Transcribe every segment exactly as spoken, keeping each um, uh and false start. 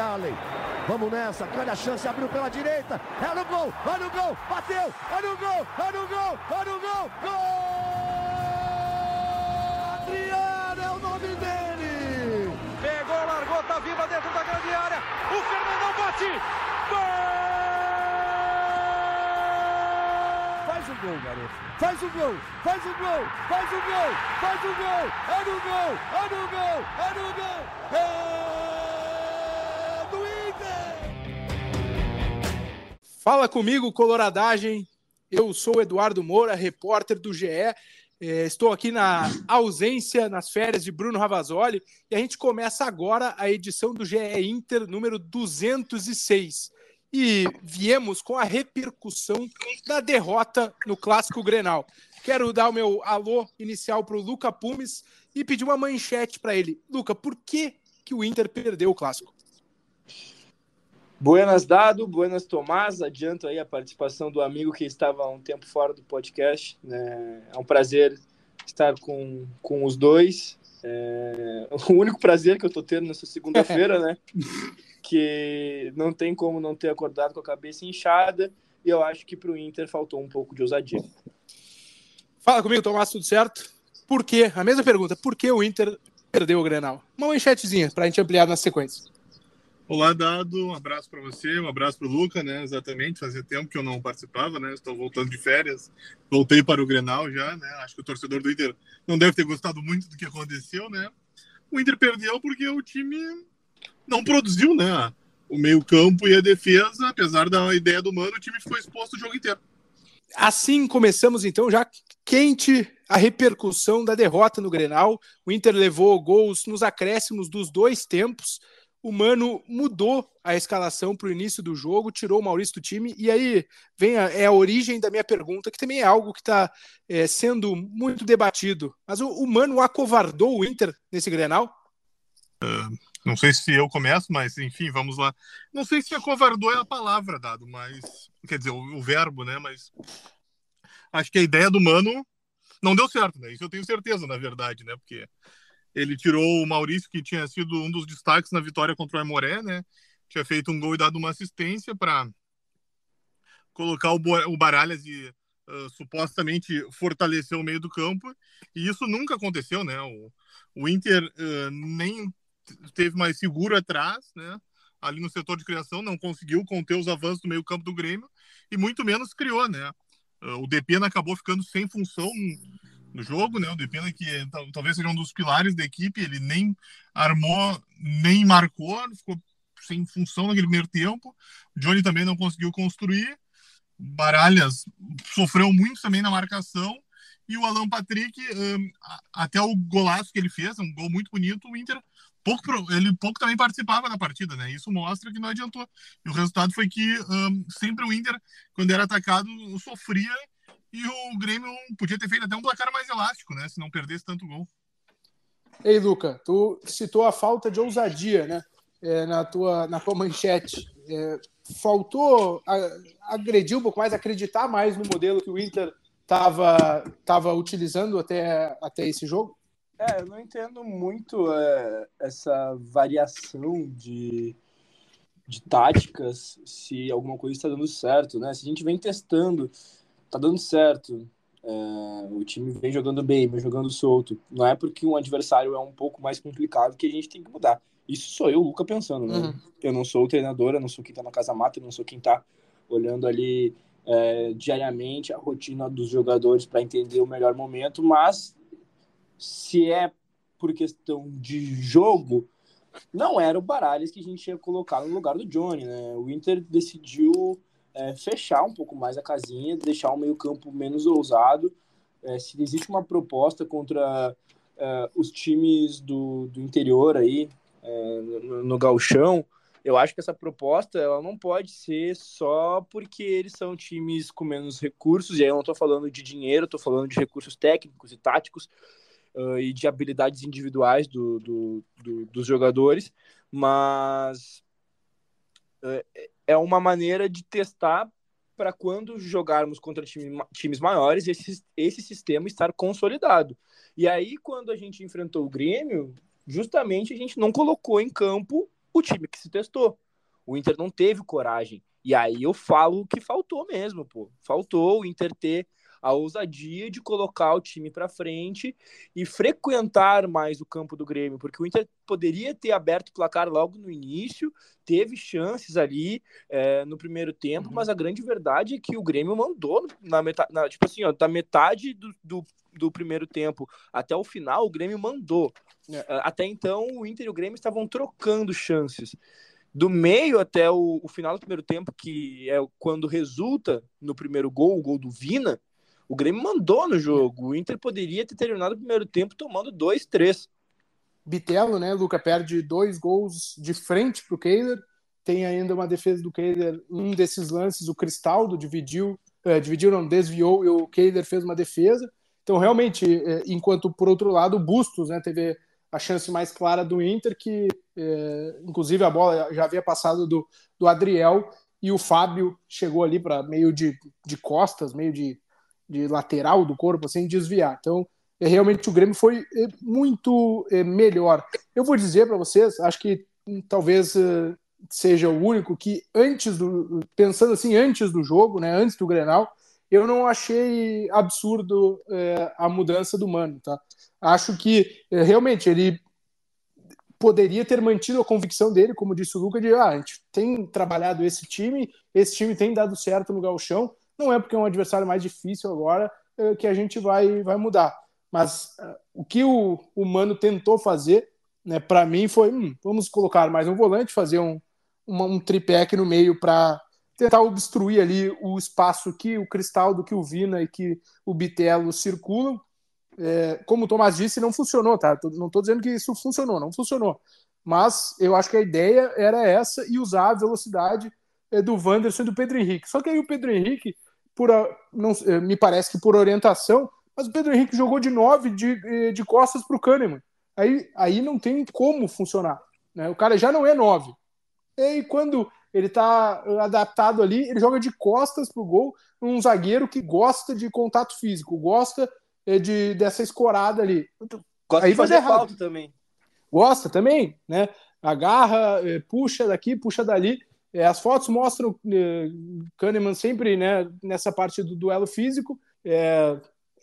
Allen. Vamos nessa, grande a chance, abriu pela direita, é no gol, vai no gol, bateu, é no gol, é no gol, é no gol, gol! Adriano é o nome dele! Pegou, largou, tá viva dentro da grande área, o Fernandão bate, gol! Faz o gol, garoto, faz o gol, faz o gol, faz o gol, faz o gol, é no gol, é no gol, é no gol, é... Fala comigo, Coloradagem. Eu sou o Eduardo Moura, repórter do G E. É, estou aqui na ausência, nas férias de Bruno Ravazoli, e a gente começa agora a edição do G E Inter número duzentos e seis. E viemos com a repercussão da derrota no Clássico Grenal. Quero dar o meu alô inicial para o Luca Pumes e pedir uma manchete para ele. Luca, por que, que o Inter perdeu o Clássico? Buenas Dado, buenas Tomás, adianto aí a participação do amigo que estava há um tempo fora do podcast, né? É um prazer estar com, com os dois, é o único prazer que eu estou tendo nessa segunda-feira, né, que não tem como não ter acordado com a cabeça inchada, e eu acho que para o Inter faltou um pouco de ousadia. Fala comigo, Tomás, tudo certo? Por quê? A mesma pergunta, por que o Inter perdeu o Grenal? Uma manchetezinha para a gente ampliar na sequência. Olá, Dado, um abraço para você, um abraço para o Luca, né? Exatamente, fazia tempo que eu não participava, né? Estou voltando de férias, voltei para o Grenal já, né? Acho que o torcedor do Inter não deve ter gostado muito do que aconteceu, né? O Inter perdeu porque o time não produziu, né? O meio-campo e a defesa, apesar da ideia do Mano, o time ficou exposto o jogo inteiro. Assim começamos então já quente a repercussão da derrota no Grenal. O Inter levou gols nos acréscimos dos dois tempos. O Mano mudou a escalação para o início do jogo, tirou o Maurício do time, e aí vem a, é a origem da minha pergunta, que também é algo que está é, sendo muito debatido. Mas o, o Mano acovardou o Inter nesse Grenal? Uh, não sei se eu começo, mas enfim, vamos lá. Não sei se acovardou é a palavra, Dado, mas quer dizer, o, o verbo, né? Mas acho que a ideia do Mano não deu certo, né? Isso eu tenho certeza, na verdade, né? Porque ele tirou o Maurício, que tinha sido um dos destaques na vitória contra o Aimoré, né? Tinha feito um gol e dado uma assistência para colocar o, Bo- o Baralhas e uh, supostamente fortalecer o meio do campo. E isso nunca aconteceu, né? O, o Inter uh, nem teve mais seguro atrás, né? Ali no setor de criação, não conseguiu conter os avanços do meio campo do Grêmio e muito menos criou, né? Uh, o Depena acabou ficando sem função no jogo, né? O Depena, que talvez seja um dos pilares da equipe, ele nem armou, nem marcou, ficou sem função naquele primeiro tempo. O Johnny também não conseguiu construir. Baralhas sofreu muito também na marcação. E o Alan Patrick, um, até o golaço que ele fez, um gol muito bonito, o Inter, pouco, ele pouco também participava da partida, né? Isso mostra que não adiantou. E o resultado foi que um, sempre o Inter, quando era atacado, sofria. E o Grêmio podia ter feito até um placar mais elástico, né? Se não perdesse tanto gol. Ei, Luca, tu citou a falta de ousadia, né? É, na, tua, na tua manchete. É, faltou a, agredir um pouco mais, acreditar mais no modelo que o Inter estava tava utilizando até, até esse jogo? É, eu não entendo muito é, essa variação de, de táticas, se alguma coisa está dando certo, né? Se a gente vem testando, tá dando certo, é, o time vem jogando bem, vem jogando solto. Não é porque um adversário é um pouco mais complicado que a gente tem que mudar. Isso sou eu, Luca, pensando, né? Uhum. Eu não sou o treinador, eu não sou quem tá na casa mata, eu não sou quem tá olhando ali é, diariamente a rotina dos jogadores para entender o melhor momento, mas se é por questão de jogo, não era o Baralhas que a gente ia colocar no lugar do Johnny, né? O Inter decidiu É, fechar um pouco mais a casinha, deixar o meio campo menos ousado. É, se existe uma proposta contra é, os times do, do interior aí, é, no, no gauchão, eu acho que essa proposta ela não pode ser só porque eles são times com menos recursos, e aí eu não estou falando de dinheiro, estou falando de recursos técnicos e táticos uh, e de habilidades individuais do, do, do, dos jogadores, mas uh, é uma maneira de testar para quando jogarmos contra time, times maiores, esse, esse sistema estar consolidado. E aí, quando a gente enfrentou o Grêmio, justamente a gente não colocou em campo o time que se testou. O Inter não teve coragem. E aí eu falo que faltou mesmo, pô. Faltou o Inter ter a ousadia de colocar o time para frente e frequentar mais o campo do Grêmio, porque o Inter poderia ter aberto o placar logo no início, teve chances ali é, no primeiro tempo, uhum. mas a grande verdade é que o Grêmio mandou na metade, na, tipo assim, ó, da metade do, do, do primeiro tempo até o final, o Grêmio mandou. É. Até então, o Inter e o Grêmio estavam trocando chances. Do meio até o, o final do primeiro tempo, que é quando resulta no primeiro gol, o gol do Vina, o Grêmio mandou no jogo. O Inter poderia ter terminado o primeiro tempo tomando dois, três. Bitelo, né, Luca, perde dois gols de frente pro Kehler. Tem ainda uma defesa do Kehler. Um desses lances, o Cristaldo dividiu, é, dividiu não, desviou e o Kehler fez uma defesa. Então, realmente, é, enquanto, por outro lado, o Bustos, né, teve a chance mais clara do Inter, que, é, inclusive, a bola já havia passado do, do Adriel e o Fábio chegou ali para meio de, de costas, meio de de lateral do corpo, sem desviar. Então, é, realmente o Grêmio foi é, muito é, melhor. Eu vou dizer para vocês, acho que hum, talvez uh, seja o único que antes do, pensando assim, antes do jogo, né, antes do Grenal, eu não achei absurdo é, a mudança do Mano, tá? Acho que é, realmente ele poderia ter mantido a convicção dele, como disse o Luca, de ah, a gente tem trabalhado esse time, esse time tem dado certo no gauchão. Não é porque é um adversário mais difícil agora é, que a gente vai, vai mudar. Mas uh, o que o, o Mano tentou fazer, né, para mim, foi hum, vamos colocar mais um volante, fazer um, uma, um tripé aqui no meio para tentar obstruir ali o espaço que o Cristaldo, que o Vina e que o Bitelo circulam. É, como o Tomás disse, não funcionou, tá? Não estou dizendo que isso funcionou, não funcionou. Mas eu acho que a ideia era essa e usar a velocidade é, do Wanderson e do Pedro Henrique. Só que aí o Pedro Henrique, por a, não, me parece que por orientação, mas o Pedro Henrique jogou de nove de, de costas para o Kahneman. Aí, aí não tem como funcionar, né? O cara já não é nove. E quando ele está adaptado ali, ele joga de costas para o gol, um zagueiro que gosta de contato físico, gosta de, dessa escorada ali. Gosta aí de fazer falta também. Gosta também, né? Agarra, puxa daqui, puxa dali. As fotos mostram eh, Kahneman sempre, né, nessa parte do duelo físico. É,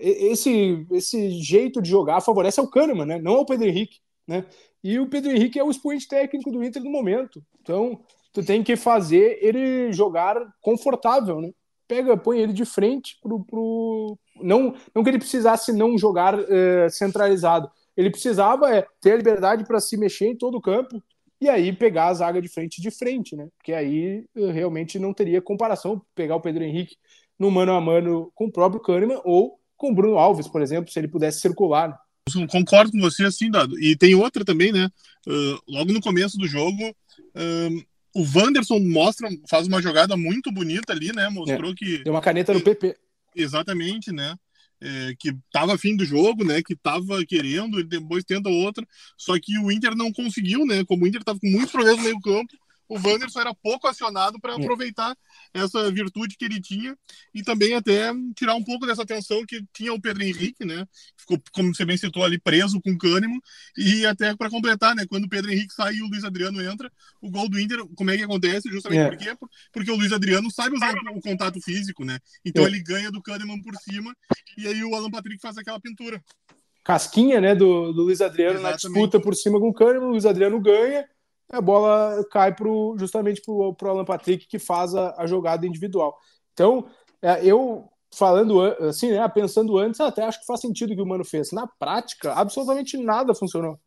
esse, esse jeito de jogar favorece ao Kahneman, né, não ao Pedro Henrique. Né? E o Pedro Henrique é o expoente técnico do Inter no momento. Então, tu tem que fazer ele jogar confortável. Né? Pega, põe ele de frente pro... pro... Não, não que ele precisasse não jogar eh, centralizado. Ele precisava é, ter a liberdade para se mexer em todo o campo e aí pegar a zaga de frente de frente, né? Porque aí realmente não teria comparação pegar o Pedro Henrique no mano a mano com o próprio Kahneman ou com o Bruno Alves, por exemplo, se ele pudesse circular. Né? Eu concordo com você, assim, Dado. E tem outra também, né? Uh, logo no começo do jogo, uh, o Wanderson mostra, faz uma jogada muito bonita ali, né? Mostrou é, que... Deu uma caneta no P P. Exatamente, né? É, que estava afim do jogo, né? Que estava querendo, e depois tenta outra. Só que o Inter não conseguiu, né? Como o Inter estava com muitos problemas no meio campo, o Wanderson era pouco acionado para aproveitar essa virtude que ele tinha e também até tirar um pouco dessa tensão que tinha o Pedro Henrique, né? Ficou, como você bem citou, ali preso com o Kahneman. E até para completar, né? Quando o Pedro Henrique sai e o Luiz Adriano entra, o gol do Inter, como é que acontece? Justamente é. por quê? Porque o Luiz Adriano sabe usar o contato físico, né? Então é. ele ganha do Kahneman por cima e aí o Alan Patrick faz aquela pintura. Casquinha, né? Do, do Luiz Adriano Exatamente. Na disputa por cima com o Kahneman, o Luiz Adriano ganha. A bola cai pro, justamente para o Alan Patrick, que faz a, a jogada individual. Então, é, eu falando assim, né, pensando antes, até acho que faz sentido o que o Mano fez. Na prática, absolutamente nada funcionou.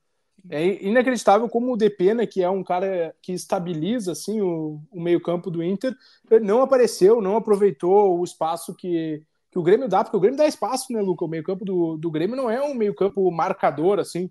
É inacreditável como o Depena, que é um cara que estabiliza assim, o, o meio-campo do Inter, não apareceu, não aproveitou o espaço que, que o Grêmio dá, porque o Grêmio dá espaço, né, Luca? O meio-campo do, do Grêmio não é um meio-campo marcador, assim.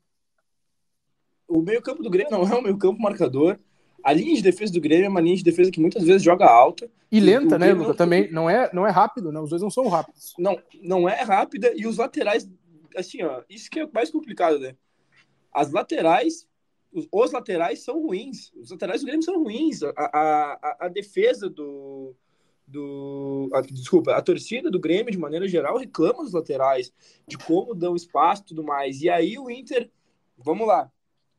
O meio-campo do Grêmio não é um meio-campo marcador. A linha de defesa do Grêmio é uma linha de defesa que muitas vezes joga alta. E lenta, né, Luca? Não... Também não é, não é rápido, né? Os dois não são rápidos. Não, não é rápida. E os laterais, assim, ó, isso que é o mais complicado, né? As laterais, os, os laterais são ruins. Os laterais do Grêmio são ruins. A, a, a, a defesa do... do a, desculpa, a torcida do Grêmio, de maneira geral, reclama dos laterais, de como dão espaço e tudo mais. E aí o Inter, vamos lá,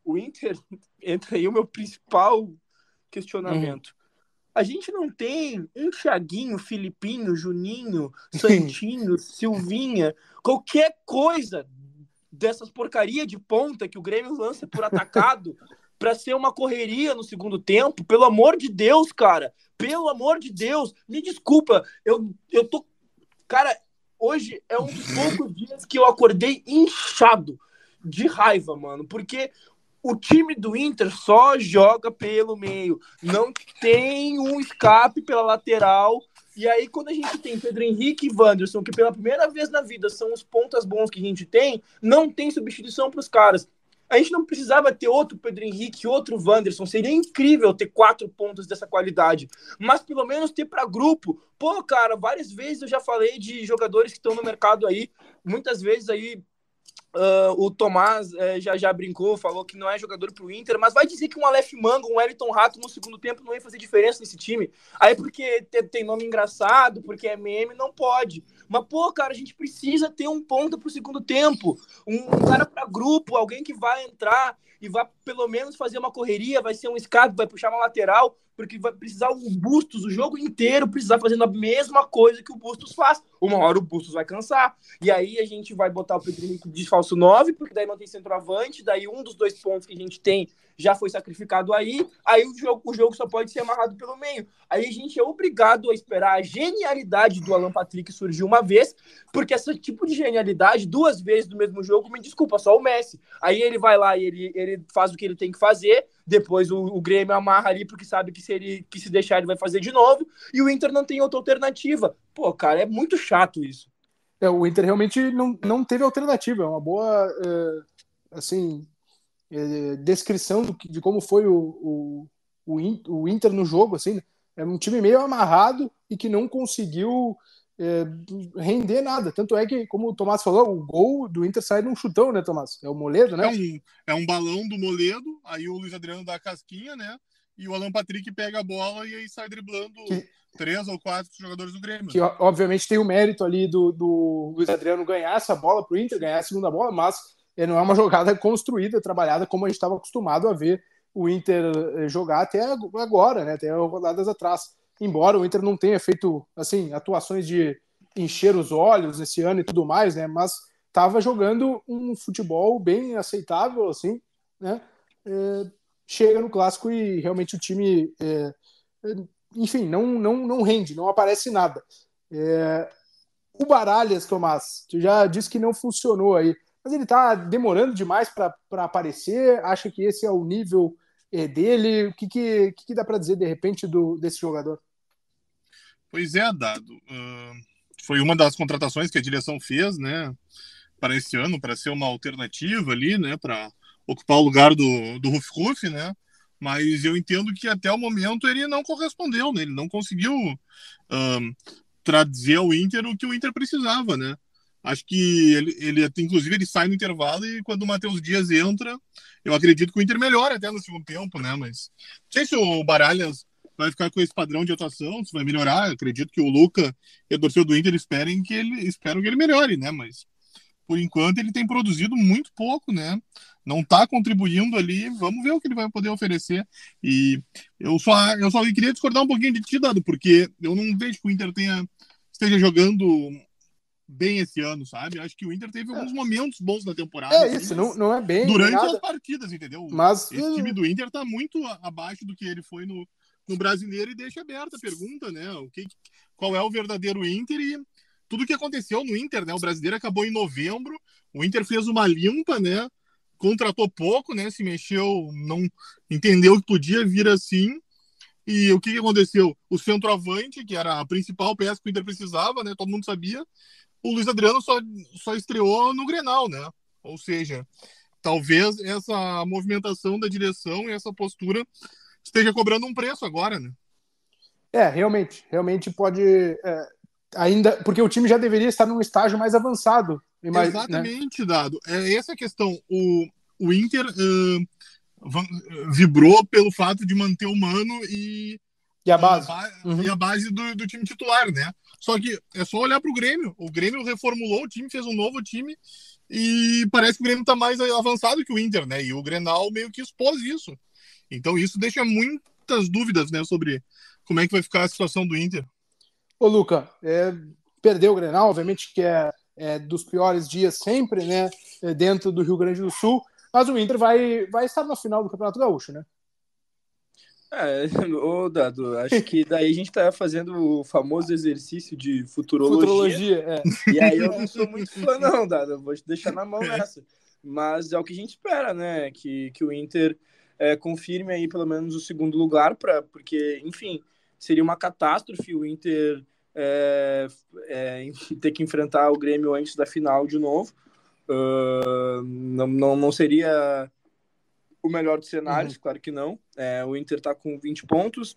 o Inter entra aí o meu principal questionamento. Uhum. A gente não tem um Thiaguinho, Filipinho, Juninho, Santinho, Silvinha, qualquer coisa dessas porcaria de ponta que o Grêmio lança por atacado para ser uma correria no segundo tempo. Pelo amor de Deus, cara. Pelo amor de Deus. Me desculpa. Eu, eu tô... Cara, hoje é um dos poucos dias que eu acordei inchado de raiva, mano. Porque o time do Inter só joga pelo meio. Não tem um escape pela lateral. E aí, quando a gente tem Pedro Henrique e Wanderson, que pela primeira vez na vida são os pontas bons que a gente tem, não tem substituição para os caras. A gente não precisava ter outro Pedro Henrique, outro Wanderson. Seria incrível ter quatro pontos dessa qualidade. Mas pelo menos ter para grupo. Pô, cara, várias vezes eu já falei de jogadores que estão no mercado aí. Muitas vezes aí Uh, o Tomás uh, já, já brincou, falou que não é jogador pro Inter, mas vai dizer que um Aleph Manga, um Wellington Rato no segundo tempo não ia fazer diferença nesse time. Aí porque tem, tem nome engraçado, porque é meme, não pode. Mas, pô, cara, a gente precisa ter um ponta pro segundo tempo. Um, um cara pra grupo, alguém que vai entrar e vai pelo menos fazer uma correria, vai ser um escape, vai puxar uma lateral, porque vai precisar o Bustos o jogo inteiro, precisar fazendo a mesma coisa que o Bustos faz. Uma hora o Bustos vai cansar. E aí a gente vai botar o Pedro Henrique de falso nove, porque daí não tem centroavante, daí um dos dois pontos que a gente tem já foi sacrificado aí, aí o jogo, o jogo só pode ser amarrado pelo meio. Aí a gente é obrigado a esperar a genialidade do Alan Patrick surgir uma vez, porque esse tipo de genialidade, duas vezes no mesmo jogo, me desculpa, só o Messi. Aí ele vai lá e ele, ele faz o que ele tem que fazer, depois o, o Grêmio amarra ali, porque sabe que se, ele, que se deixar ele vai fazer de novo, e o Inter não tem outra alternativa. Pô, cara, é muito chato isso. É, o Inter realmente não, não teve alternativa, é uma boa, é, assim... descrição do, de como foi o, o, o Inter no jogo, assim, né? É um time meio amarrado e que não conseguiu é, render nada. Tanto é que, como o Tomás falou, o gol do Inter sai num chutão, né, Tomás? É o Moledo, né? É um, é um balão do Moledo, aí o Luiz Adriano dá a casquinha, né? E o Alan Patrick pega a bola e aí sai driblando que, três ou quatro jogadores do Grêmio. Que, obviamente, tem o mérito ali do, do Luiz Adriano ganhar essa bola pro Inter, ganhar a segunda bola, mas não é uma jogada construída, trabalhada, como a gente estava acostumado a ver o Inter jogar até agora, né? Até rodadas atrás. Embora o Inter não tenha feito assim, atuações de encher os olhos esse ano e tudo mais, né? Mas estava jogando um futebol bem aceitável, assim, né? É, chega no clássico e realmente o time, é, enfim, não, não, não rende, não aparece nada. É, o Baralhas, Tomás, tu já disse que não funcionou aí. Mas ele está demorando demais para aparecer? Acha que esse é o nível é, dele? O que, que, que dá para dizer, de repente, do, desse jogador? Pois é, Dado. Uh, foi uma das contratações que a direção fez, né, para esse ano, para ser uma alternativa ali, né, para ocupar o lugar do, do Ruf Ruf, né? Mas eu entendo que até o momento ele não correspondeu, né? Ele não conseguiu uh, trazer ao Inter o que o Inter precisava, né? Acho que ele, ele, inclusive, ele sai no intervalo e quando o Matheus Dias entra, eu acredito que o Inter melhora até no segundo tempo, né? Mas não sei se o Baralhas vai ficar com esse padrão de atuação, se vai melhorar. Eu acredito que o Luca e a torcida do Inter esperem que ele, esperam que ele melhore, né? Mas por enquanto ele tem produzido muito pouco, né? Não está contribuindo ali. Vamos ver o que ele vai poder oferecer. E eu só, eu só queria discordar um pouquinho de ti, Dado, porque eu não vejo que o Inter tenha, esteja jogando bem esse ano, sabe? Acho que o Inter teve alguns momentos bons na temporada. É isso, não, não é bem durante nada. as partidas, entendeu? Mas esse time do Inter tá muito abaixo do que ele foi no, no Brasileiro e deixa aberta a pergunta, né? O que, qual é o verdadeiro Inter e tudo que aconteceu no Inter, né? O Brasileiro acabou em novembro, o Inter fez uma limpa, né? Contratou pouco, né? Se mexeu, não entendeu que podia vir assim. E o que, que aconteceu? O centroavante, que era a principal peça que o Inter precisava, né? Todo mundo sabia. O Luiz Adriano só, só estreou no Grenal, né? Ou seja, talvez essa movimentação da direção e essa postura esteja cobrando um preço agora, né? É, realmente. Realmente pode... É, ainda... Porque o time já deveria estar num estágio mais avançado. Imagina, exatamente, né? Dado. É essa a questão. O, o Inter uh, vibrou pelo fato de manter o Mano e E a base. A, uhum. E a base do, do time titular, né? Só que é só olhar pro Grêmio. O Grêmio reformulou o time, fez um novo time e parece que o Grêmio tá mais avançado que o Inter, né? E o Grenal meio que expôs isso. Então isso deixa muitas dúvidas, né, sobre como é que vai ficar a situação do Inter. Ô, Luca, é, perdeu o Grenal, obviamente que é, é dos piores dias sempre, né, dentro do Rio Grande do Sul, mas o Inter vai, vai estar na final do Campeonato Gaúcho, né? É, ô Dado, acho que daí a gente tá fazendo o famoso exercício de futurologia. Futurologia, é. E aí eu não sou muito fã, não, Dado. Eu vou te deixar na mão nessa. Mas é o que a gente espera, né? Que, que o Inter é, confirme aí pelo menos o segundo lugar, pra, porque, enfim, seria uma catástrofe o Inter é, é, ter que enfrentar o Grêmio antes da final de novo. Uh, não, não, não seria o melhor dos cenários, uhum. Claro que não. É, o Inter tá com vinte pontos.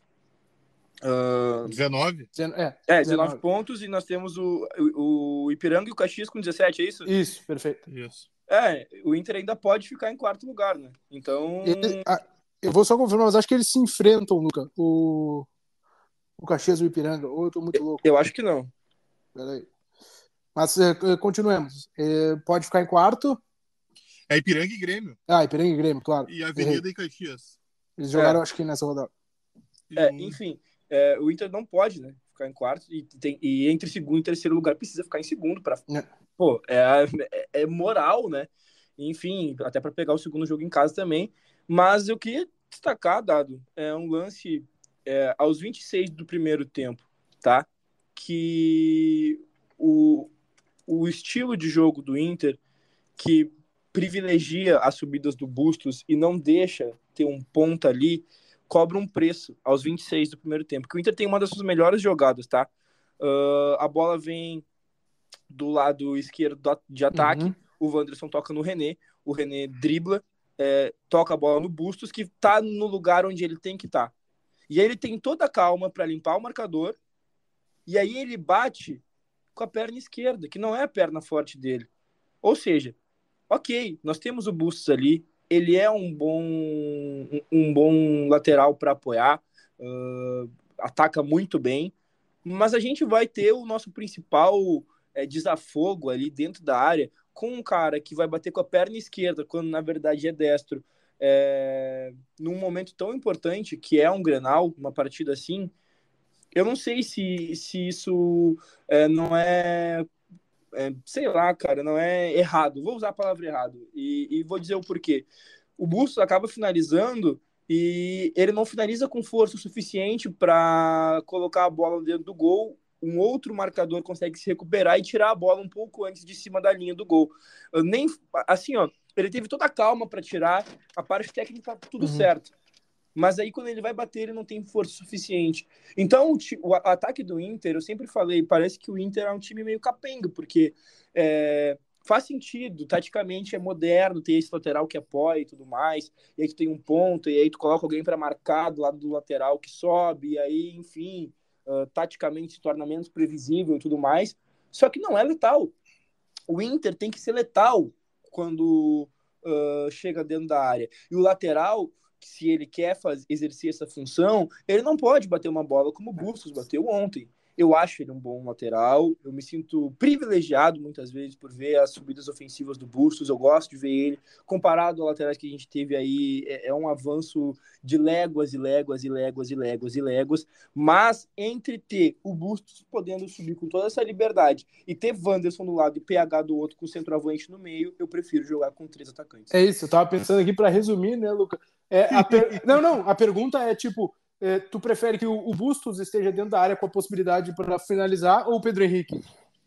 Uh, dezenove? É, é, dezenove pontos, e nós temos o, o, o Ipiranga e o Caxias com dezessete, é isso? Isso, perfeito. Isso. É, o Inter ainda pode ficar em quarto lugar, né? Então... Ele, a, eu vou só confirmar, mas acho que eles se enfrentam, Luca. O, o Caxias e o Ipiranga. Ou eu tô muito louco? Eu, eu acho que não. Peraí. Mas uh, continuemos. Uh, pode ficar em quarto? É Ipiranga e Grêmio. Ah, Ipiranga e Grêmio, claro. E Avenida Errei. E Caxias. Eles jogaram, é. acho que nessa rodada. É, enfim, é, o Inter não pode, né, ficar em quarto, e, tem, e entre segundo e terceiro lugar precisa ficar em segundo para é. Pô, é, é, é moral, né? Enfim, até para pegar o segundo jogo em casa também. Mas eu queria destacar, Dado, é um lance é, aos vinte e seis do primeiro tempo, tá? Que o, o estilo de jogo do Inter, que privilegia as subidas do Bustos e não deixa ter um ponta ali, cobra um preço aos vinte e seis do primeiro tempo. Porque o Inter tem uma das suas melhores jogadas, tá? Uh, a bola vem do lado esquerdo de ataque, uhum. O Wanderson toca no René, o René dribla, é, toca a bola no Bustos, que tá no lugar onde ele tem que estar. Tá. E aí ele tem toda a calma para limpar o marcador, e aí ele bate com a perna esquerda, que não é a perna forte dele. Ou seja, ok, nós temos o Bustos ali, ele é um bom, um, um bom lateral para apoiar, uh, ataca muito bem, mas a gente vai ter o nosso principal é, desafogo ali dentro da área com um cara que vai bater com a perna esquerda, quando na verdade é destro, é, num momento tão importante que é um Grenal, uma partida assim. Eu não sei se, se isso é, não é, é, sei lá, cara, não é errado. Vou usar a palavra errado e, e vou dizer o porquê. O Bustos acaba finalizando e ele não finaliza com força o suficiente para colocar a bola dentro do gol. Um outro marcador consegue se recuperar e tirar a bola um pouco antes de cima da linha do gol. Eu nem, assim, ó, ele teve toda a calma para tirar, a parte técnica tudo uhum. certo. Mas aí quando ele vai bater, ele não tem força suficiente. Então, o, o ataque do Inter, eu sempre falei, parece que o Inter é um time meio capenga, porque é, faz sentido, taticamente é moderno, ter esse lateral que apoia e tudo mais, e aí tu tem um ponto, e aí tu coloca alguém para marcar do lado do lateral que sobe, e aí, enfim, uh, taticamente se torna menos previsível e tudo mais, só que não é letal. O Inter tem que ser letal quando uh, chega dentro da área. E o lateral, se ele quer fazer, exercer essa função, ele não pode bater uma bola como o Bustos bateu ontem. Eu acho ele um bom lateral, eu me sinto privilegiado muitas vezes por ver as subidas ofensivas do Bustos, eu gosto de ver ele, comparado ao laterais que a gente teve aí, é, é um avanço de léguas e léguas e léguas e léguas e léguas, mas entre ter o Bustos podendo subir com toda essa liberdade e ter Wanderson do lado e P H do outro com centroavante no meio, eu prefiro jogar com três atacantes. É isso, eu tava pensando aqui para resumir, né, Luca? É, a per... não, não, a pergunta é tipo, é, tu prefere que o, o Bustos esteja dentro da área com a possibilidade para finalizar ou o Pedro Henrique?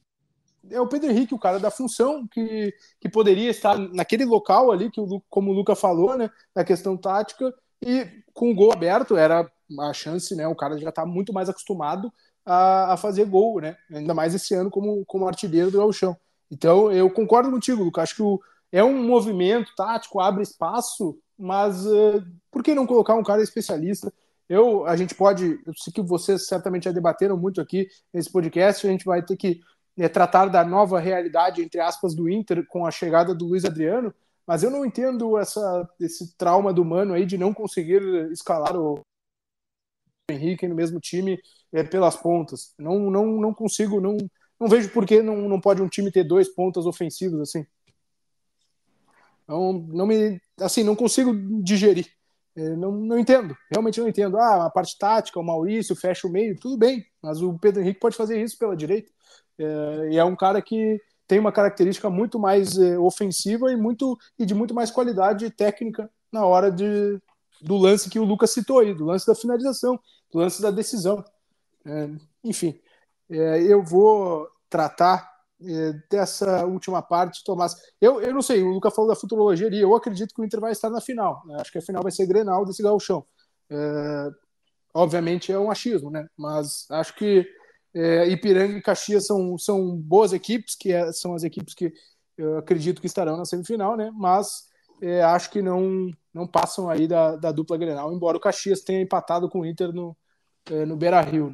É o Pedro Henrique, o cara da função, que, que poderia estar naquele local ali, que o, como o Luca falou, né, na questão tática, e com o gol aberto era a chance, né, o cara já está muito mais acostumado a, a fazer gol, né, ainda mais esse ano como, como artilheiro do Gauchão. Então, eu concordo contigo, Luca, acho que o, é um movimento tático, abre espaço, mas uh, por que não colocar um cara especialista? Eu, a gente pode, eu sei que vocês certamente já debateram muito aqui nesse podcast, a gente vai ter que é, tratar da nova realidade, entre aspas, do Inter com a chegada do Luiz Adriano, mas eu não entendo essa, esse trauma do Mano aí de não conseguir escalar o Henrique no mesmo time é, pelas pontas. Não, não, não consigo, não, não vejo por que não, não pode um time ter dois pontas ofensivos assim. Não, não me, assim, não consigo digerir. É, não, não entendo, realmente não entendo. Ah, a parte tática, o Maurício fecha o meio, tudo bem, mas o Pedro Henrique pode fazer isso pela direita. É, e é um cara que tem uma característica muito mais é, ofensiva e, muito, e de muito mais qualidade técnica na hora de, do lance que o Lucas citou aí, do lance da finalização, do lance da decisão. É, enfim, é, eu vou tratar é, dessa última parte, Tomás. Eu, eu não sei, o Lucas falou da futurologia ali, eu acredito que o Inter vai estar na final. Né? Acho que a final vai ser Grenal desse gauchão. É, obviamente é um achismo, né? Mas acho que é, Ipiranga e Caxias são, são boas equipes, que é, são as equipes que eu acredito que estarão na semifinal, né? Mas é, acho que não, não passam aí da, da dupla Grenal, embora o Caxias tenha empatado com o Inter no, é, no Beira-Rio.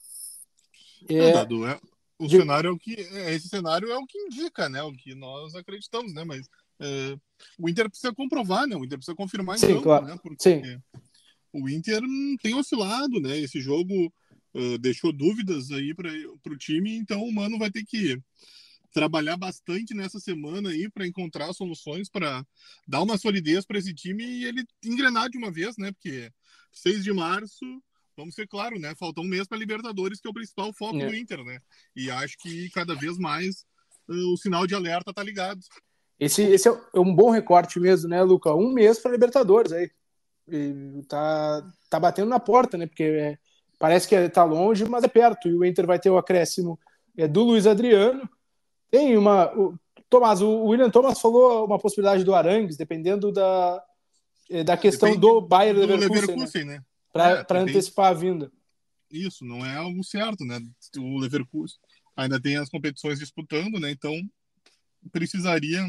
É, é, Dado, é, o de... cenário é o que é, esse cenário é o que indica, né? O que nós acreditamos, né? Mas é, o Inter precisa comprovar, né? O Inter precisa confirmar em Sim, campo, claro. né? Porque Sim. o Inter tem oscilado, né? Esse jogo uh, deixou dúvidas aí para o time, então o Mano vai ter que trabalhar bastante nessa semana aí para encontrar soluções para dar uma solidez para esse time e ele engrenar de uma vez, né? Porque seis de março, vamos ser claro, né? Falta um mês para Libertadores, que é o principal foco é. do Inter, né? E acho que cada vez mais uh, o sinal de alerta tá ligado. Esse, esse é um bom recorte mesmo, né, Luca? Um mês para Libertadores aí. E tá, tá batendo na porta, né? Porque é, parece que tá longe, mas é perto. E o Inter vai ter o acréscimo é, do Luiz Adriano. Tem uma. O, Tomás, o William Thomas falou uma possibilidade do Arangues, dependendo da, da questão Depende do Bayer do Leverkusen, Leverkusen, né? né? Para é, antecipar a vinda. Isso, não é algo certo, né? O Leverkusen ainda tem as competições disputando, né? Então precisaria.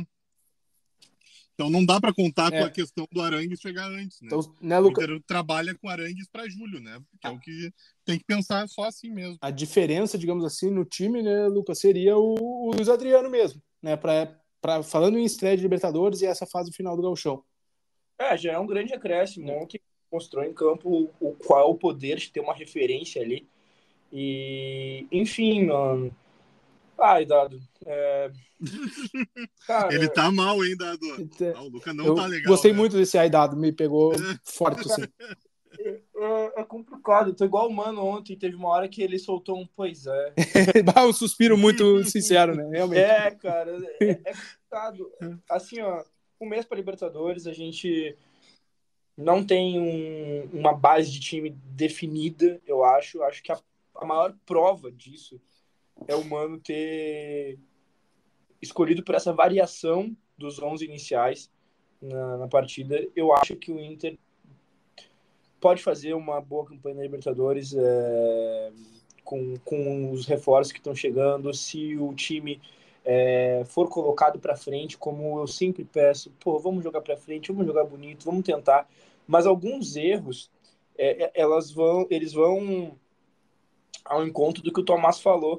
Então não dá para contar é. com a questão do Arangues chegar antes, né? Então, né, Luca... O Inter trabalha com Arangues para julho, né? Que ah. é o que tem que pensar só assim mesmo. A diferença, digamos assim, no time, né, Lucas, seria o, o Luiz Adriano mesmo, né? Pra, pra, falando em estreia de Libertadores e essa fase final do Gauchão. É, já é um grande acréscimo, é. que mostrou em campo o qual é o poder de ter uma referência ali. E, enfim, mano. Ai, Dado, é... Cara, ele tá mal, hein, Dado? Ah, o Luca não tá legal. Gostei né? muito desse ai, Dado, me pegou forte, assim. É, é complicado, eu tô igual o Mano ontem, teve uma hora que ele soltou um pois é. um suspiro muito sincero, né? Realmente. É, cara, é, é complicado. Assim, ó, um mês pra Libertadores, a gente não tem um, uma base de time definida, eu acho. Acho que a, a maior prova disso é o Mano ter escolhido por essa variação dos onze iniciais na, na partida. Eu acho que o Inter pode fazer uma boa campanha na Libertadores é, com, com os reforços que estão chegando. Se o time é, for colocado para frente, como eu sempre peço, pô, vamos jogar para frente, vamos jogar bonito, vamos tentar. Mas alguns erros, é, elas vão, eles vão ao encontro do que o Tomás falou,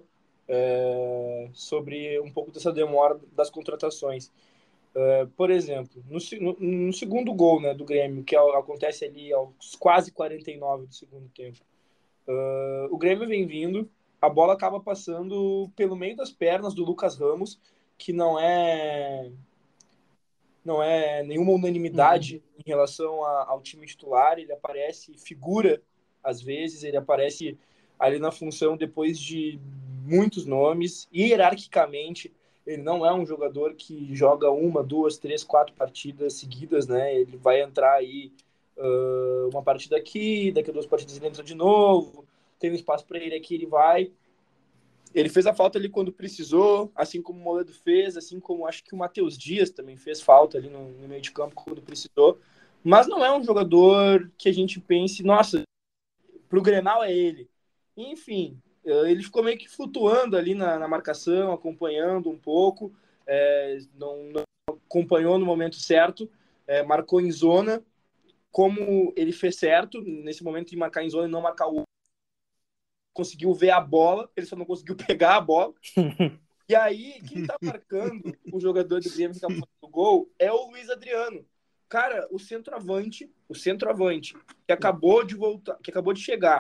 É, sobre um pouco dessa demora das contratações. É, por exemplo, no, no, no segundo gol, né, do Grêmio, que acontece ali aos quase quarenta e nove do segundo tempo, uh, o Grêmio vem vindo, a bola acaba passando pelo meio das pernas do Lucas Ramos, que não é não é nenhuma unanimidade uhum. em relação a, ao time titular. Ele aparece, figura às vezes, ele aparece ali na função depois de muitos nomes, e hierarquicamente ele não é um jogador que joga uma, duas, três, quatro partidas seguidas, né? Ele vai entrar aí uh, uma partida aqui, daqui a duas partidas ele entra de novo, tem um espaço para ele aqui, ele vai. Ele fez a falta ali quando precisou, assim como o Moledo fez, assim como acho que o Matheus Dias também fez falta ali no, no meio de campo quando precisou, mas não é um jogador que a gente pense, nossa, pro Grenal é ele. Enfim, ele ficou meio que flutuando ali na, na marcação, acompanhando um pouco, é, não, não acompanhou no momento certo, é, marcou em zona, como ele fez certo, nesse momento de marcar em zona e não marcar o conseguiu ver a bola, ele só não conseguiu pegar a bola. E aí, quem tá marcando o jogador do Grêmio que tá fazendo o gol é o Luiz Adriano. Cara, o centroavante, o centroavante que acabou de voltar, que acabou de chegar,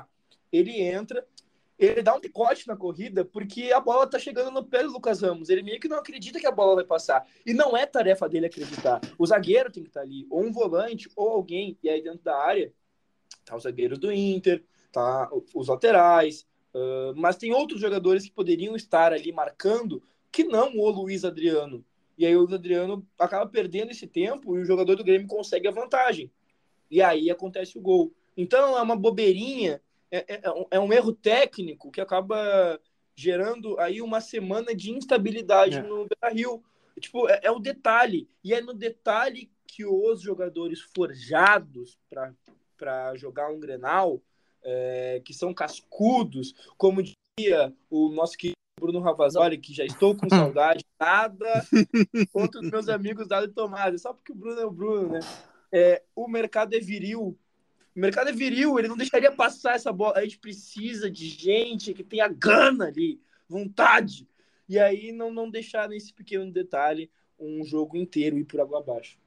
ele entra, ele dá um picote na corrida porque a bola tá chegando no pé do Lucas Ramos. Ele meio que não acredita que a bola vai passar. E não é tarefa dele acreditar. O zagueiro tem que estar ali, ou um volante, ou alguém. E aí dentro da área tá o zagueiro do Inter, tá os laterais, uh, mas tem outros jogadores que poderiam estar ali marcando que não o Luiz Adriano. E aí o Luiz Adriano acaba perdendo esse tempo e o jogador do Grêmio consegue a vantagem. E aí acontece o gol. Então é uma bobeirinha, é, é, é um erro técnico que acaba gerando aí uma semana de instabilidade é. no Beira-Rio. Tipo, é, é o detalhe. E é no detalhe que os jogadores forjados para jogar um Grenal, é, que são cascudos, como diria o nosso querido Bruno Ravazoli, que já estou com saudade, nada contra os meus amigos Dado e Tomás, só porque o Bruno é o Bruno, né? É, o mercado é viril. O mercado é viril, ele não deixaria passar essa bola. A gente precisa de gente que tenha gana ali, vontade. E aí não, não deixar nesse pequeno detalhe um jogo inteiro ir por água abaixo.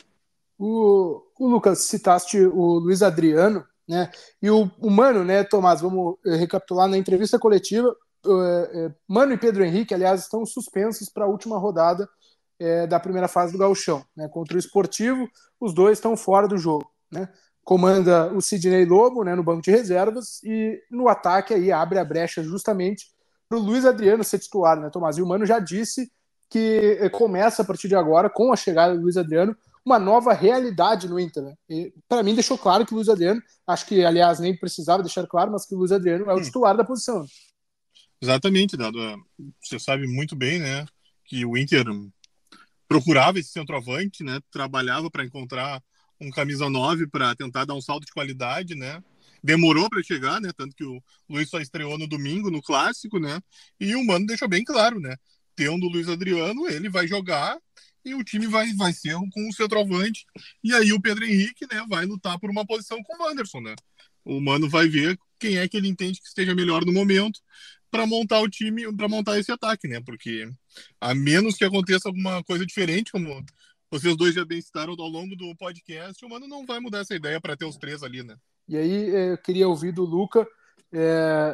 O, o Lucas, citaste o Luiz Adriano, né? E o, o Mano, né, Tomás, vamos recapitular na entrevista coletiva. Uh, Mano e Pedro Henrique, aliás, estão suspensos para a última rodada uh, da primeira fase do Gauchão, né? Contra o Sportivo, os dois estão fora do jogo, né? Comanda o Sidney Lobo, né, no banco de reservas, e no ataque aí abre a brecha justamente para o Luiz Adriano ser titular, né, Tomás? E o Mano já disse que uh, começa a partir de agora, com a chegada do Luiz Adriano, uma nova realidade no Inter, né? Para mim deixou claro que o Luiz Adriano, acho que aliás nem precisava deixar claro, mas que o Luiz Adriano é o titular da posição. Exatamente, Dado. Você sabe muito bem, né, que o Inter procurava esse centroavante, né, trabalhava para encontrar um camisa nove para tentar dar um salto de qualidade, né, demorou para chegar, né, tanto que o Luiz só estreou no domingo, no Clássico, né, e o Mano deixou bem claro, né, tendo o Luiz Adriano, ele vai jogar e o time vai, vai ser com o centroavante, e aí o Pedro Henrique, né, vai lutar por uma posição com o Anderson, né, o Mano vai ver quem é que ele entende que esteja melhor no momento para montar o time, para montar esse ataque, né? Porque a menos que aconteça alguma coisa diferente, como vocês dois já bem citaram ao longo do podcast, o Mano não vai mudar essa ideia para ter os três ali, né? E aí eu queria ouvir do Luca, é...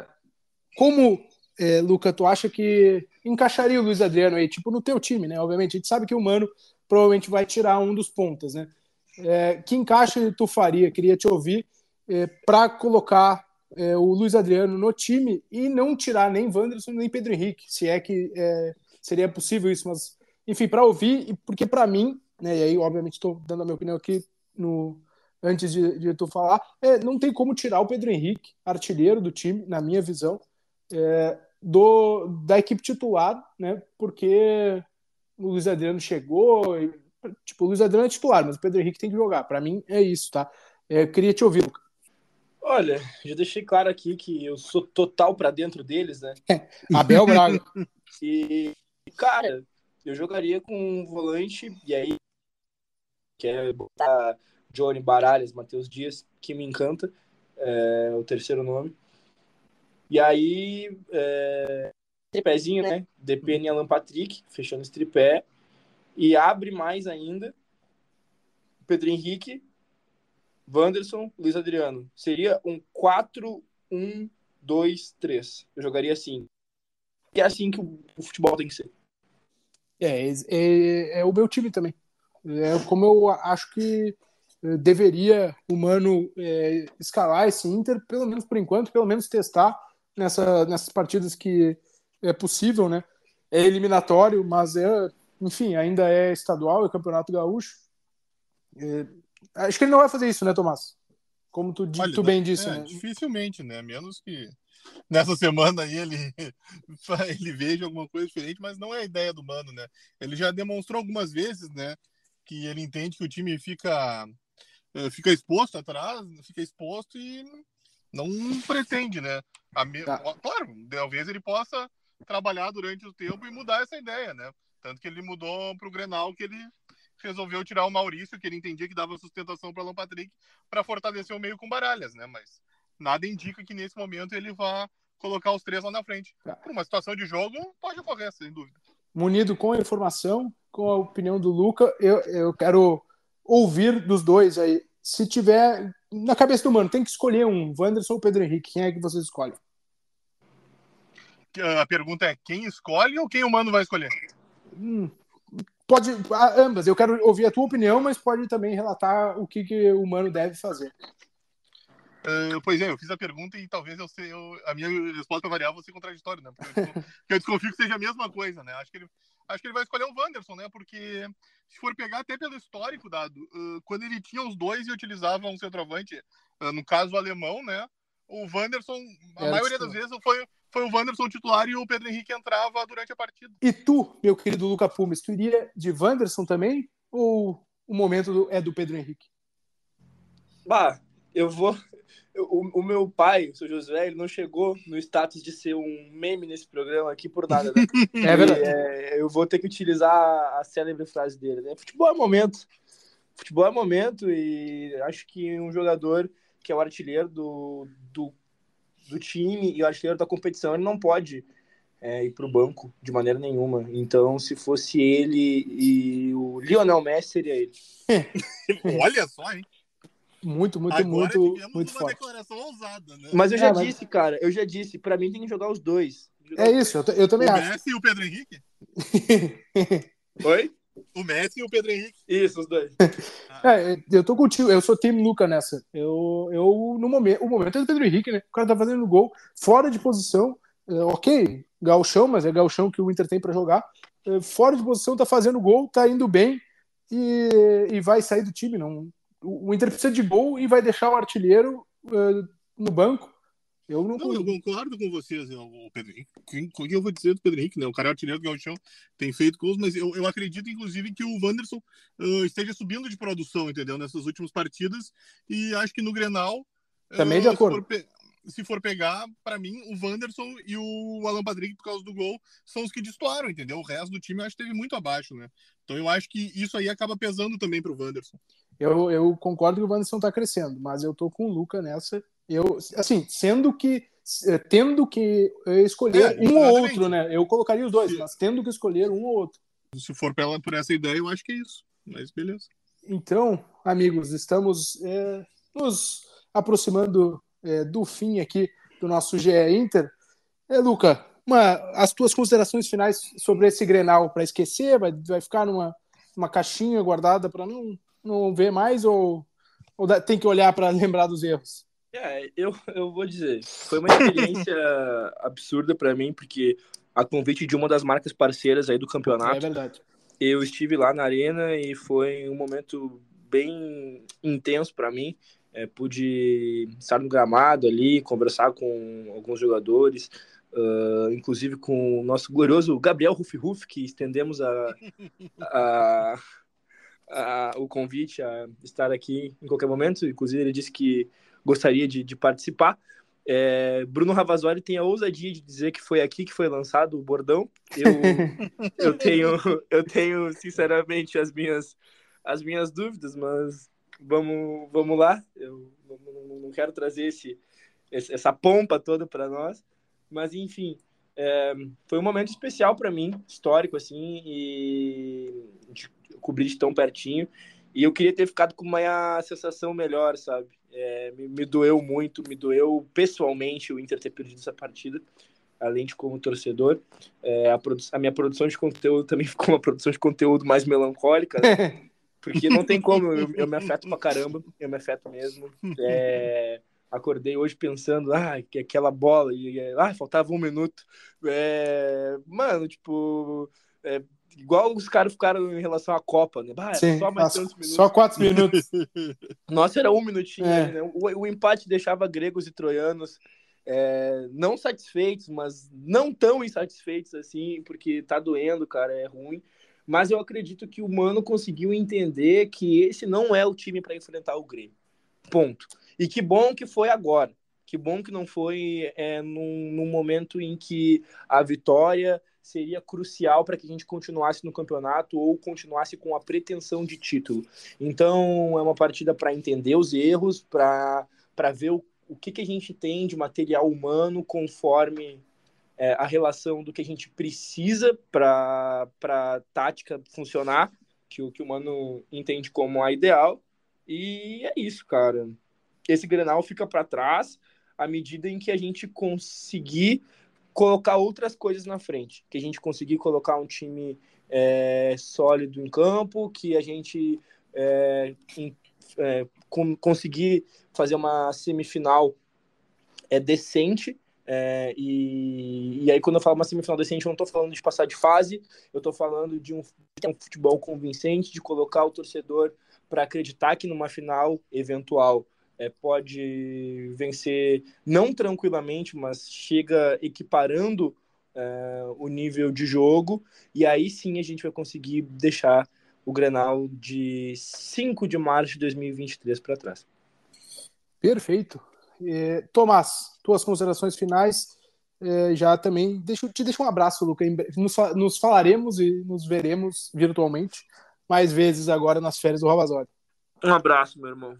como, é, Luca, tu acha que encaixaria o Luiz Adriano aí, tipo, no teu time, né? Obviamente, a gente sabe que o Mano provavelmente vai tirar um dos pontas, né? É... Que encaixe tu faria? Queria te ouvir é, para colocar É, o Luiz Adriano no time e não tirar nem Wanderson nem Pedro Henrique, se é que é, seria possível isso, mas enfim, para ouvir, porque para mim, né, e aí obviamente estou dando a minha opinião aqui no, antes de, de tu falar, é, não tem como tirar o Pedro Henrique, artilheiro do time, na minha visão, é, do, da equipe titular, né, porque o Luiz Adriano chegou, e, tipo, o Luiz Adriano é titular, mas o Pedro Henrique tem que jogar, para mim é isso, tá? É, eu queria te ouvir, Lucas. Olha, já deixei claro aqui que eu sou total pra dentro deles, né? Abel Braga. E, cara, eu jogaria com um volante, e aí, que é botar Johnny Baralhas, Matheus Dias, que me encanta, é o terceiro nome. E aí, é, tripézinho, né? D P N Alan Patrick, fechando esse tripé. E abre mais ainda Pedro Henrique, Wanderson, Luiz Adriano. Seria um quatro um dois três. Eu jogaria assim. E é assim que o futebol tem que ser. É, é, é o meu time também. É como eu acho que deveria o Mano é, escalar esse Inter, pelo menos por enquanto, pelo menos testar nessa, nessas partidas que é possível, né? É eliminatório, mas é, enfim, ainda é estadual, é Campeonato Gaúcho. É, acho que ele não vai fazer isso, né, Tomás? Como tu, Olha, tu bem disse, é, né? Dificilmente, né? Menos que nessa semana aí ele, ele veja alguma coisa diferente, mas não é a ideia do Mano, né? Ele já demonstrou algumas vezes, né, que ele entende que o time fica, fica exposto atrás, fica exposto e não pretende, né? A me... tá. Claro, talvez ele possa trabalhar durante o tempo e mudar essa ideia, né? Tanto que ele mudou para o Grenal, que ele resolveu tirar o Maurício, que ele entendia que dava sustentação para o Alan Patrick, para fortalecer o meio com Baralhas, né? Mas nada indica que nesse momento ele vá colocar os três lá na frente. Por uma situação de jogo, pode ocorrer, sem dúvida. Munido com a informação, com a opinião do Luca, eu, eu quero ouvir dos dois aí. Se tiver na cabeça do Mano, tem que escolher um, Wanderson ou Pedro Henrique. Quem é que vocês escolhem? A pergunta é quem escolhe ou quem o Mano vai escolher? Hum, pode, ambas. Eu quero ouvir a tua opinião, mas pode também relatar o que, que o Mano deve fazer. Uh, pois é, eu fiz a pergunta e talvez eu, sei, eu a minha resposta para variar vou ser contraditória, né? Porque eu, desconfio, eu desconfio que seja a mesma coisa, né? Acho que ele, acho que ele vai escolher o Wanderson, né? Porque se for pegar até pelo histórico dado, uh, quando ele tinha os dois e utilizava um centroavante, uh, no caso o alemão, né? O Wanderson, a Era maioria titular. das vezes foi, foi o Wanderson titular e o Pedro Henrique entrava durante a partida. E tu, meu querido Luca Pumes, tu iria de Wanderson também? Ou o momento do, é do Pedro Henrique? Bah, eu vou... O, o meu pai, o seu Josué, ele não chegou no status de ser um meme nesse programa aqui por nada, né? É verdade. E, é, eu vou ter que utilizar a célebre frase dele, né? Futebol é momento. Futebol é momento e acho que um jogador que é o artilheiro do, do, do time e o artilheiro da competição, ele não pode é, ir para o banco de maneira nenhuma. Então, se fosse ele e o Lionel Messi, seria ele. Olha só, hein? Muito, muito, Agora muito, tivemos muito uma forte. declaração ousada, né? Mas eu já É, mas- disse, cara, eu já disse, pra mim tem que jogar os dois. Jogar É os isso, eu, t- eu também O acho. Messi e o Pedro Henrique? dois. Oi? O Messi e o Pedro Henrique. Isso, os dois. É, eu tô contigo, eu sou time Luca nessa. Eu, eu no momento, o momento é do Pedro Henrique, né? O cara tá fazendo gol fora de posição, é, ok, gauchão, mas é gauchão que o Inter tem pra jogar. É, fora de posição, tá fazendo gol, tá indo bem e, e vai sair do time. Não, o, o Inter precisa de gol e vai deixar o artilheiro é, no banco. Eu não, Não, eu concordo com vocês, o Pedro Henrique. O que eu vou dizer do Pedro Henrique, né? O cara é artilheiro do Gauchão, tem feito gols, mas eu, eu acredito, inclusive, que o Wanderson uh, esteja subindo de produção, entendeu? Nessas últimas partidas. E acho que no Grenal, Também de uh, acordo. Se for, pe- se for pegar, para mim, o Wanderson e o Alan Patrick, por causa do gol, são os que destoaram, entendeu? O resto do time eu acho que teve muito abaixo, né? Então eu acho que isso aí acaba pesando também pro Wanderson. Eu, eu concordo que o Wanderson tá crescendo, mas eu tô com o Luca nessa. Eu, assim, sendo que tendo que escolher É, um ou exatamente. outro, né? Eu colocaria os dois, Sim. mas tendo que escolher um ou outro. Se for pela, por essa ideia, eu acho que é isso. Mas beleza. Então, amigos, estamos é, nos aproximando é, do fim aqui do nosso G E Inter. É, Luca, uma, as tuas considerações finais sobre esse Grenal para esquecer? Vai, vai ficar numa uma caixinha guardada para não, não ver mais ou, ou dá- tem que olhar para lembrar dos erros? É, eu, eu vou dizer, foi uma experiência absurda pra mim, porque a convite de uma das marcas parceiras aí do É campeonato, verdade. eu estive lá na arena e foi um momento bem intenso pra mim. É, pude estar no gramado ali, conversar com alguns jogadores, uh, inclusive com o nosso glorioso Gabriel Rufi Rufi, que estendemos a, a, a, o convite a estar aqui em qualquer momento. Inclusive ele disse que gostaria de, de participar. É, Bruno Ravazoli tem a ousadia de dizer que foi aqui que foi lançado o bordão. Eu, eu, tenho, eu tenho, sinceramente, as minhas, as minhas dúvidas, mas vamos, vamos lá. Eu não, não quero trazer esse, essa pompa toda para nós, mas, enfim, é, foi um momento especial para mim, histórico, assim, e de cobrir de tão pertinho. E eu queria ter ficado com uma sensação melhor, sabe? É, me, me doeu muito, me doeu pessoalmente o Inter ter perdido essa partida, além de como torcedor. É, a, produ- a minha produção de conteúdo também ficou uma produção de conteúdo mais melancólica, né? Porque não tem como, eu, eu me afeto pra caramba, eu me afeto mesmo. É, acordei hoje pensando, ah, que aquela bola, e ah, faltava um minuto. É, mano, tipo... É, igual os caras ficaram em relação à Copa, né? Bah, era Sim, só mais as- tantos minutos. só quatro minutos. Nossa, era um minutinho É. ali, né? O, o empate deixava gregos e troianos é, não satisfeitos, mas não tão insatisfeitos assim, porque tá doendo, cara, é ruim. Mas eu acredito que o Mano conseguiu entender que esse não é o time para enfrentar o Grêmio. Ponto. E que bom que foi agora. Que bom que não foi é, num, num momento em que a vitória seria crucial para que a gente continuasse no campeonato ou continuasse com a pretensão de título. Então, é uma partida para entender os erros, para ver o, o que, que a gente tem de material humano conforme é, a relação do que a gente precisa para a tática funcionar, que o que o Mano entende como a ideal. E é isso, cara. esse Grenal fica para trás à medida em que a gente conseguir colocar outras coisas na frente, que a gente conseguir colocar um time é, sólido em campo, que a gente é, em, é, com, conseguir fazer uma semifinal é, decente. É, e, e aí, quando eu falo uma semifinal decente, eu não estou falando de passar de fase, eu estou falando de um, de um futebol convincente, de colocar o torcedor para acreditar que numa final eventual é, pode vencer, não tranquilamente, mas chega equiparando é, o nível de jogo, e aí sim a gente vai conseguir deixar o Grenal de cinco de março de dois mil e vinte e três para trás. Perfeito. É, Tomás, tuas considerações finais, é, já também deixo, te deixo um abraço, Luca. Nos, nos falaremos e nos veremos virtualmente mais vezes agora nas férias do Ravazoli. Um abraço, meu irmão.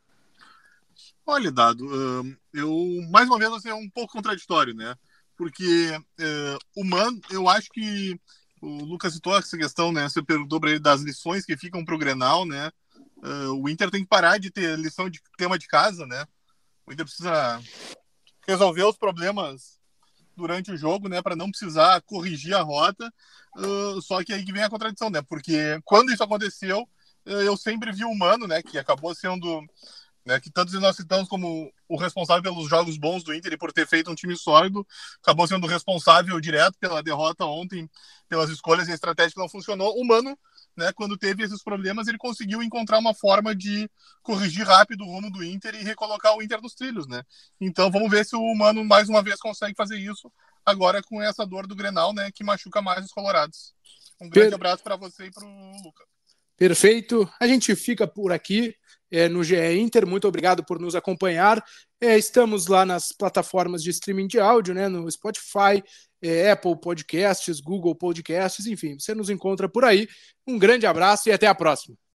Olha, Dado, eu mais uma vez assim, é um pouco contraditório, né? Porque uh, o Mano, eu acho que o Lucas citou essa questão, né? Você perguntou para ele das lições que ficam para o Grenal, né? Uh, o Inter tem que parar de ter lição de tema de casa, né? O Inter precisa resolver os problemas durante o jogo, né, para não precisar corrigir a rota. Uh, só que aí que vem a contradição, né? Porque quando isso aconteceu, uh, eu sempre vi o Mano, né, que acabou sendo, né, que tantos de nós citamos como o responsável pelos jogos bons do Inter e por ter feito um time sólido, acabou sendo responsável direto pela derrota ontem, pelas escolhas e a estratégia que não funcionou. O Mano, né, quando teve esses problemas, ele conseguiu encontrar uma forma de corrigir rápido o rumo do Inter e recolocar o Inter nos trilhos, né? Então vamos ver se o Mano mais uma vez consegue fazer isso agora com essa dor do Grenal, né, que machuca mais os colorados. Um grande per... abraço para você e para o Luca. Perfeito. A gente fica por aqui é, no G E Inter. Muito obrigado por nos acompanhar. É, estamos lá nas plataformas de streaming de áudio, né, no Spotify, é, Apple Podcasts, Google Podcasts, enfim, você nos encontra por aí. Um grande abraço e até a próxima.